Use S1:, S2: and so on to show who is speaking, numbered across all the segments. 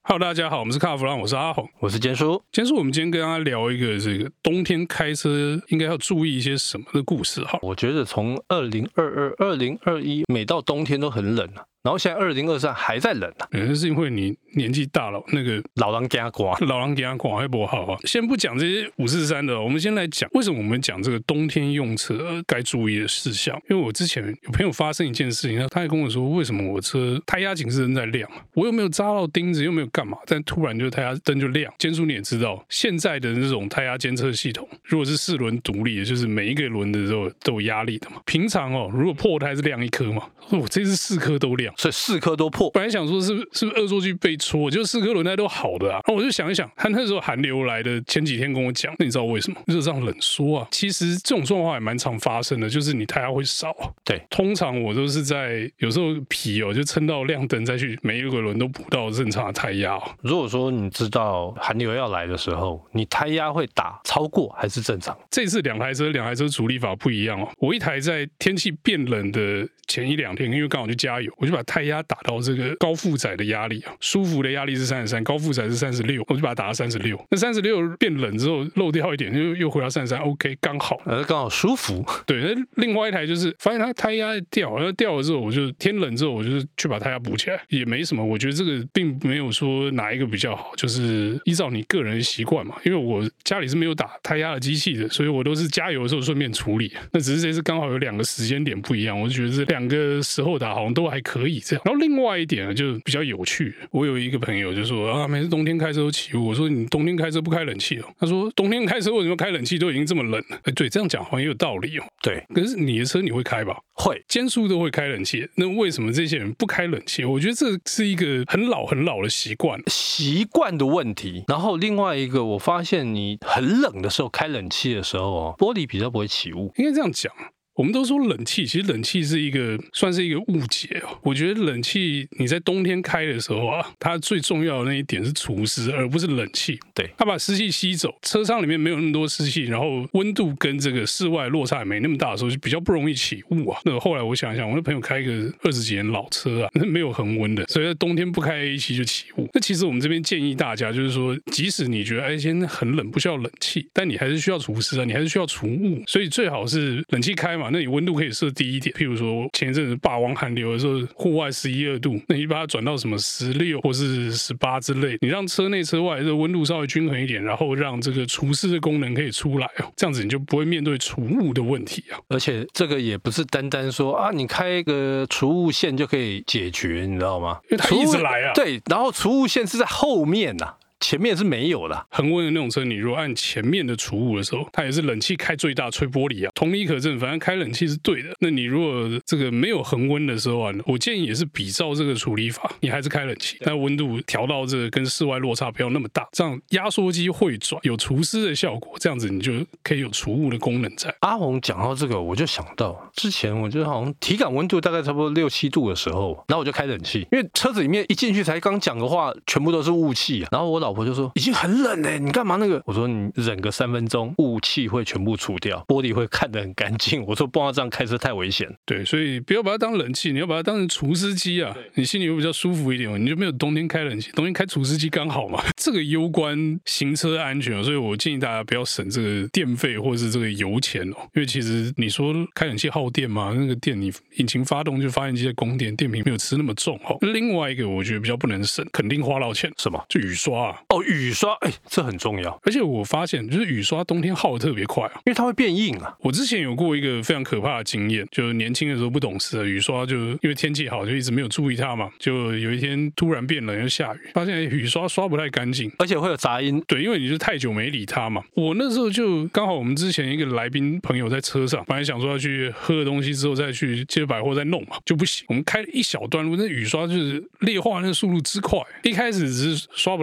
S1: Hello， 大家好，我们是卡弗朗，我是阿红，
S2: 我是坚叔。
S1: 坚叔，我们今天跟大家聊一个这个冬天开车应该要注意一些什么的故事。好，
S2: 我觉得从2022、2021，每到冬天都很冷啊。然后现在2023还在冷啊，
S1: 那是因为你年纪大了，那个
S2: 老人给他刮，
S1: 老人给他刮会不好啊。先不讲这些543的，我们先来讲为什么我们讲这个冬天用车该注意的事项。因为我之前有朋友发生一件事情，他还跟我说，为什么我车胎压警示灯在亮，我又没有扎到钉子，又没有干嘛，但突然就胎压灯就亮。坚叔你也知道，现在的这种胎压监测系统，如果是4轮独立的，就是每一个轮的都有压力的嘛。平常如果破胎是亮1颗嘛，我这次4颗都亮。
S2: 所以4颗都破。
S1: 本来想说是不是恶作剧被戳，就4颗轮胎都好的啊。然后我就想一想，他那时候寒流来的前几天跟我讲，那你知道为什么？热胀冷缩啊。其实这种状况也蛮常发生的，就是你胎压会少。
S2: 对，
S1: 通常我都是在有时候皮就撑到亮灯再去每一个轮都补到正常的胎压。
S2: 如果说你知道寒流要来的时候，你胎压会打超过还是正常？
S1: 这次两台车处理法不一样哦。我一台在天气变冷的前1-2天，因为刚好去加油，我就把胎压打到这个高负载的压力啊，舒服的压力是33，高负载是36，我就把它打到36。那36变冷之后漏掉一点，又回到33 ，OK， 刚好，
S2: 刚好舒服。
S1: 对，那另外一台就是发现它胎压掉，然后掉了之后，我就天冷之后，我就是去把胎压补起来，也没什么。我觉得这个并没有说哪一个比较好，就是依照你个人的习惯嘛。因为我家里是没有打胎压的机器的，所以我都是加油的时候顺便处理。那只是这次刚好有2个时间点不一样，我就觉得这2个时候打好像都还可以这样。然后另外一点就比较有趣，我有一个朋友就说啊，每次冬天开车都起雾。我说你冬天开车不开冷气哦？他说冬天开车为什么开冷气都已经这么冷了？哎，对，这样讲好像也有道理哦。
S2: 对，
S1: 可是你的车你会开吧？
S2: 会，
S1: 坚叔都会开冷气，那为什么这些人不开冷气？我觉得这是一个很老的习惯
S2: 的问题。然后另外一个，我发现你很冷的时候开冷气的时候玻璃比较不会起雾。
S1: 应该这样讲。我们都说冷气，其实冷气是算是一个误解哦。我觉得冷气你在冬天开的时候啊，它最重要的那一点是除湿，而不是冷气。
S2: 对，
S1: 它把湿气吸走，车舱里面没有那么多湿气，然后温度跟这个室外落差也没那么大的时候，就比较不容易起雾啊。那后来我想一想，我的朋友开一个20几年老车啊，没有恒温的，所以在冬天不开 A7 就起雾。那其实我们这边建议大家就是说，即使你觉得现在很冷，不需要冷气，但你还是需要除湿啊，你还是需要除雾，所以最好是冷气开嘛。那你温度可以设低一点，譬如说前一阵子霸王寒流的时候，户外11、2度，那你把它转到什么16或是18之类，你让车内车外的温度稍微均衡一点，然后让这个除湿的功能可以出来哦，这样子你就不会面对除雾的问题啊。
S2: 而且这个也不是单单说啊，你开一个除雾线就可以解决，你知道吗？
S1: 因为它一直来啊。
S2: 对，然后除雾线是在后面啊。前面是没有的。
S1: 恒温的那种车，你如果按前面的除雾的时候，它也是冷气开最大吹玻璃啊。同理可证，反正开冷气是对的。那你如果这个没有恒温的时候啊，我建议也是比照这个处理法，你还是开冷气，但温度调到这个跟室外落差不要那么大，这样压缩机会转，有除湿的效果，这样子你就可以有除雾的功能在。
S2: 阿红讲到这个，我就想到之前我觉得好像体感温度大概差不多6、7度的时候，然后我就开冷气，因为车子里面一进去才刚讲的话，全部都是雾气啊。然后我老婆就说已经很冷欸，你干嘛那个？我说你忍个3分钟，雾气会全部除掉，玻璃会看得很干净。我说不然这样开车太危险。
S1: 对，所以不要把它当冷气，你要把它当成除湿机啊，你心里会比较舒服一点，你就没有冬天开冷气，冬天开除湿机刚好嘛。这个攸关行车安全，所以我建议大家不要省这个电费或是这个油钱哦，因为其实你说开冷气耗电嘛，那个电你引擎发动就发电机的供电，电瓶没有吃那么重哦。另外一个我觉得比较不能省，肯定花到钱。
S2: 什么？
S1: 就雨刷啊。
S2: 哦，雨刷，这很重要。
S1: 而且我发现就是雨刷冬天耗得特别快啊，
S2: 因为它会变硬啊。
S1: 我之前有过一个非常可怕的经验，就年轻的时候不懂事的，雨刷就因为天气好就一直没有注意它嘛，就有一天突然变冷又下雨，发现雨刷刷不太干净，
S2: 而且会有杂音。
S1: 对，因为你就太久没理它嘛。我那时候就刚好我们之前一个来宾朋友在车上，本来想说要去喝个东西之后再去街百货再弄嘛，就不行。我们开了一小段路，那雨刷就是劣化那个速度之快，一开始只是刷不太干净，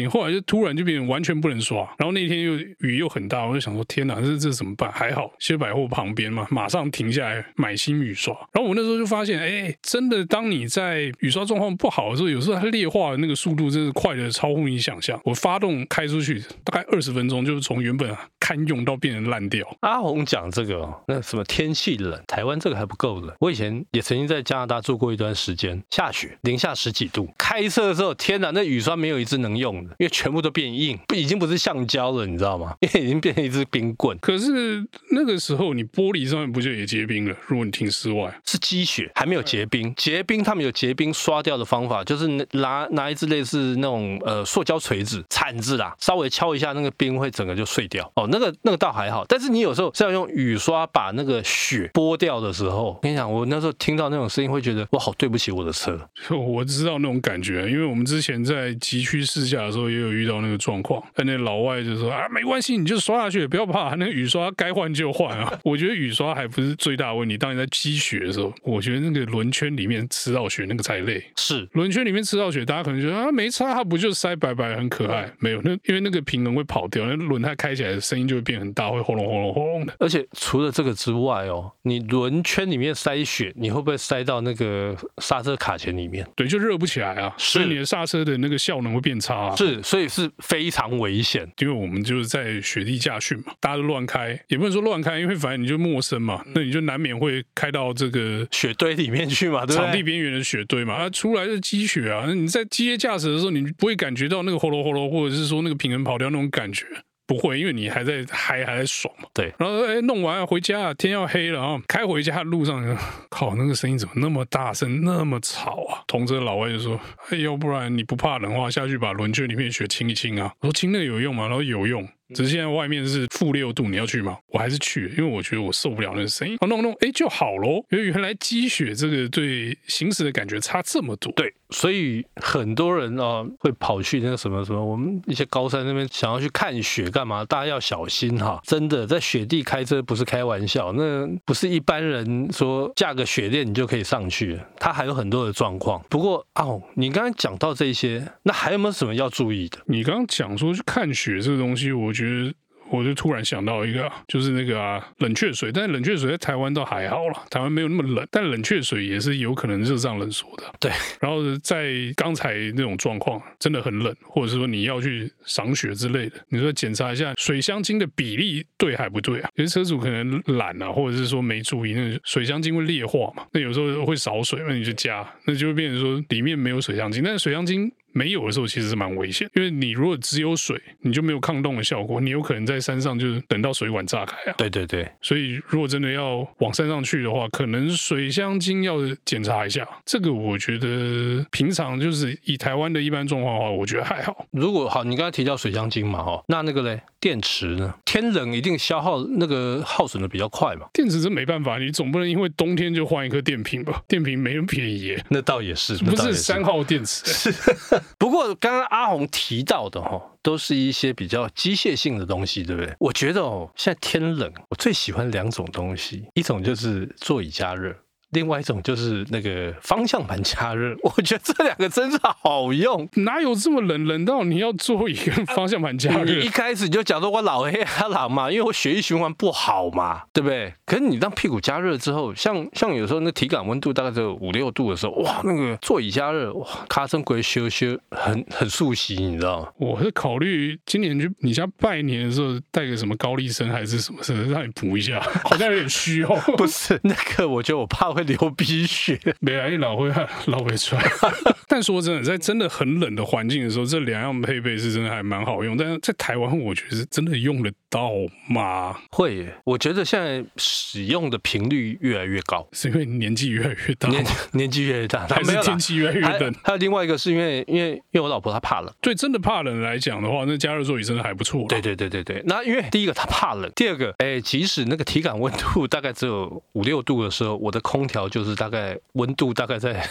S1: 行，后来就突然就变成完全不能刷，然后那天雨又很大，我就想说天哪，这怎么办？还好谢百货旁边嘛，马上停下来买新雨刷。然后我那时候就发现，真的当你在雨刷状况不好的时候，有时候它劣化的那个速度真是快的超乎你想象。我发动开出去大概20分钟，就从原本堪用到变成烂掉。
S2: 阿红讲这个那什么天气冷，台湾这个还不够冷。我以前也曾经在加拿大住过一段时间，下雪零下10几度，开车的时候天哪，那雨刷没有一支能用的，因为全部都变硬，已经不是橡胶了，你知道吗？因为已经变成一支冰棍。
S1: 可是那个时候你玻璃上面不就也结冰了？如果你停室外，
S2: 是积雪，还没有结冰。结冰他们有结冰刷掉的方法，就是拿一支类似那种塑胶锤子、铲子啦，稍微敲一下，那个冰会整个就碎掉。那个倒还好，但是你有时候是要用雨刷把那个雪剥掉的时候，跟你讲，我那时候听到那种声音会觉得我好对不起我的车。
S1: 我知道那种感觉，因为我们之前在极区试驾的时候也有遇到那个状况，但那老外就说没关系，你就刷下去，不要怕，那个雨刷该换就换啊。我觉得雨刷还不是最大的问题，当你在积雪的时候，我觉得那个轮圈里面吃到雪那个才累。
S2: 是
S1: 轮圈里面吃到雪，大家可能觉得没差，它不就塞白白很可爱？没有，因为那个平衡会跑掉，那轮胎开起来的声音就会变很大，会轰隆轰隆轰隆的。
S2: 而且除了这个之外你轮圈里面塞雪，你会不会塞到那个刹车卡钳里面？
S1: 对，就热不起来啊，所以你的刹车的那个效能会变差啊。
S2: 是，所以是非常危险。
S1: 因为我们就是在雪地驾训嘛，大家都乱开，也不能说乱开，因为反正你就陌生嘛，那你就难免会开到这个
S2: 雪堆里面去嘛，对不对？
S1: 场地边缘的雪堆嘛，出来是积雪啊。那你在机械驾驶的时候，你不会感觉到那个轰隆轰隆，或者是说那个平衡跑掉那种感觉。不会，因为你还在嗨，还在爽嘛。
S2: 对，
S1: 然后弄完回家，天要黑了啊，开回家的路上，靠，那个声音怎么那么大声，那么吵啊？同车老外就说：“要不然你不怕冷的话，下去把轮圈里面的雪清一清啊。”我说：“清那个有用吗？”然后有用。只是现在外面是-6度，你要去吗？我还是去，因为我觉得我受不了那个声音。弄就好咯。因为原来积雪这个对行驶的感觉差这么多。
S2: 对，所以很多人会跑去那个什么，我们一些高山那边想要去看雪干嘛？大家要小心哈！真的，在雪地开车不是开玩笑，那不是一般人说架个雪链你就可以上去，它还有很多的状况。不过你刚才讲到这些，那还有没有什么要注意的？
S1: 你刚刚讲说去看雪这个东西，我觉得我就突然想到一个，就是那个冷却水，但是冷却水在台湾倒还好啦，台湾没有那么冷，但冷却水也是有可能热胀冷缩的。
S2: 对，
S1: 然后在刚才那种状况真的很冷，或者是说你要去赏雪之类的，你说检查一下水箱精的比例对还不对啊？有些车主可能懒啊，或者是说没注意，那个水箱精会劣化嘛，那有时候会少水，那你就加，那就会变成说里面没有水箱精，但是水箱精没有的时候其实是蛮危险，因为你如果只有水，你就没有抗冻的效果，你有可能在山上就是等到水管炸开啊。
S2: 对对对，
S1: 所以如果真的要往山上去的话，可能水箱精要检查一下。这个我觉得平常就是以台湾的一般状况的话，我觉得还好。
S2: 如果好，你刚才提到水箱精嘛，那个嘞，电池呢？天冷一定消耗那个耗损的比较快嘛。
S1: 电池真没办法，你总不能因为冬天就换一颗电瓶吧？电瓶没那么便宜耶。
S2: 那倒也是，
S1: 不是3号电池。
S2: 是。不过刚刚阿红提到的都是一些比较机械性的东西，对不对？我觉得现在天冷，我最喜欢2种东西，一种就是座椅加热，另外一种就是那个方向盘加热。我觉得这2个真是好用。
S1: 哪有这么冷到你要座椅跟方向盘加热？
S2: 你一开始就讲说我老黑阿郎嘛，因为我血液循环不好嘛，对不对？可是你当屁股加热之后，像有时候那体感温度大概只有5-6度的时候，哇，那个座椅加热，哇，卡森鬼修很速洗，你知道吗？
S1: 我是考虑今年去你家拜年的时候带个什么高丽参还是什么，让你补一下，好像有点虚哦。
S2: 不是那个，我觉得我怕会流鼻血，
S1: 没来一老会老不出来。但说真的，在真的很冷的环境的时候，这2样配备是真的还蛮好用。但是在台湾，我觉得是真的用得到吗？
S2: 会耶，我觉得现在使用的频率越来越高，
S1: 是因为年纪越来越大，
S2: 年纪越来越大，
S1: 还是天气越来越冷？
S2: 还有另外一个是因为我老婆她怕冷。
S1: 对，真的怕冷来讲的话，那加热座椅真的还不错。
S2: 对。那因为第一个她怕冷，第二个，即使那个体感温度大概只有5-6度的时候，我的空调就是大概温度大概在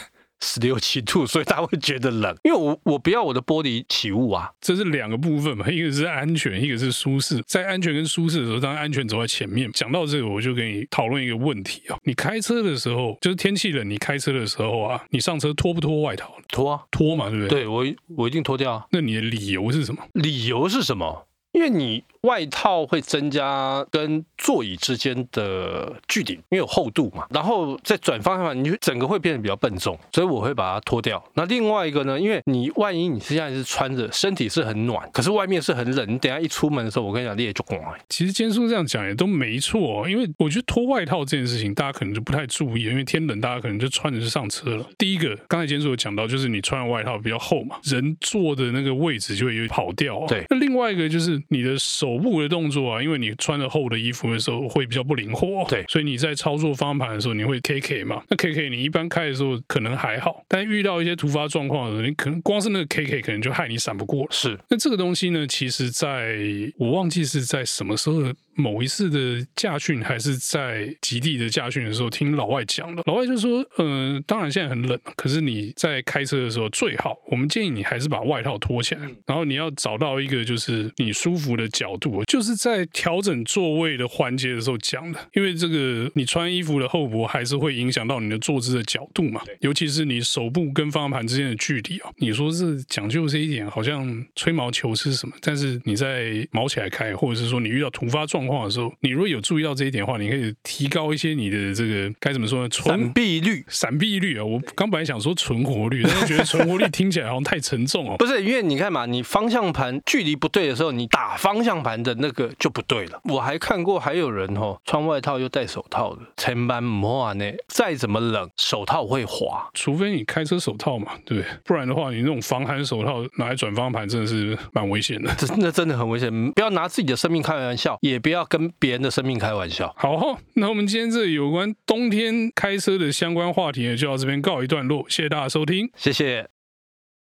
S2: 16、17度，所以他会觉得冷。因为我不要我的玻璃起雾啊。
S1: 这是2个部分嘛，一个是安全，一个是舒适。在安全跟舒适的时候，当然安全走在前面。讲到这个，我就跟你讨论一个问题啊，你开车的时候，就是天气冷，你开车的时候啊，你上车脱不脱外套？
S2: 脱啊，
S1: 脱嘛，对不对？
S2: 对，我一定脱掉啊。
S1: 那你的理由是什么？
S2: 理由是什么？因为你外套会增加跟座椅之间的距离，因为有厚度嘛，然后在转方向盘，你就整个会变得比较笨重，所以我会把它脱掉。那另外一个呢，因为你万一你现在是穿着，身体是很暖，可是外面是很冷，你等一下一出门的时候，我跟你讲，你也就光。
S1: 其实坚叔这样讲也都没错，因为我觉得脱外套这件事情，大家可能就不太注意，因为天冷，大家可能就穿着就上车了。第一个，刚才坚叔有讲到，就是你穿的外套比较厚嘛，人坐的那个位置就会有跑掉啊。
S2: 对。
S1: 那另外一个就是你的手部的动作啊，因为你穿着厚的衣服的时候会比较不灵活，
S2: 对，
S1: 所以你在操作方向盘的时候你会 KK 嘛，那 KK 你一般开的时候可能还好，但遇到一些突发状况的时候，你可能光是那个 KK 可能就害你闪不过了。
S2: 是，
S1: 那这个东西呢，其实我忘记是在什么时候的某一次的驾训，还是在极地的驾训的时候听老外讲的。老外就说，当然现在很冷，可是你在开车的时候最好，我们建议你还是把外套脱起来，然后你要找到一个就是你舒服的角度，就是在调整座位的环节的时候讲的。因为这个你穿衣服的厚薄还是会影响到你的坐姿的角度嘛，尤其是你手部跟方向盘之间的距离啊。你说是讲究这一点，好像吹毛求疵什么，但是你在毛起来开，或者是说你遇到突发状况的时候，你如果有注意到这一点的话，你可以提高一些你的这个该怎么说呢？闪避率啊！我刚本来想说存活率，但是觉得存活率听起来好像太沉重哦。
S2: 不是，因为你看嘛，你方向盘距离不对的时候，你打方向盘的那个就不对了。我还看过还有人穿外套又戴手套的，千万不要呢，再怎么冷，手套会滑，
S1: 除非你开车手套嘛，对不对？不然的话，你那种防寒手套拿来转方向盘真的是蛮危险的。
S2: 那真的很危险，不要拿自己的生命开玩笑，也不要跟别人的生命开玩笑。
S1: 好，那我们今天这有关冬天开车的相关话题呢，就到这边告一段落，谢谢大家收听，
S2: 谢谢。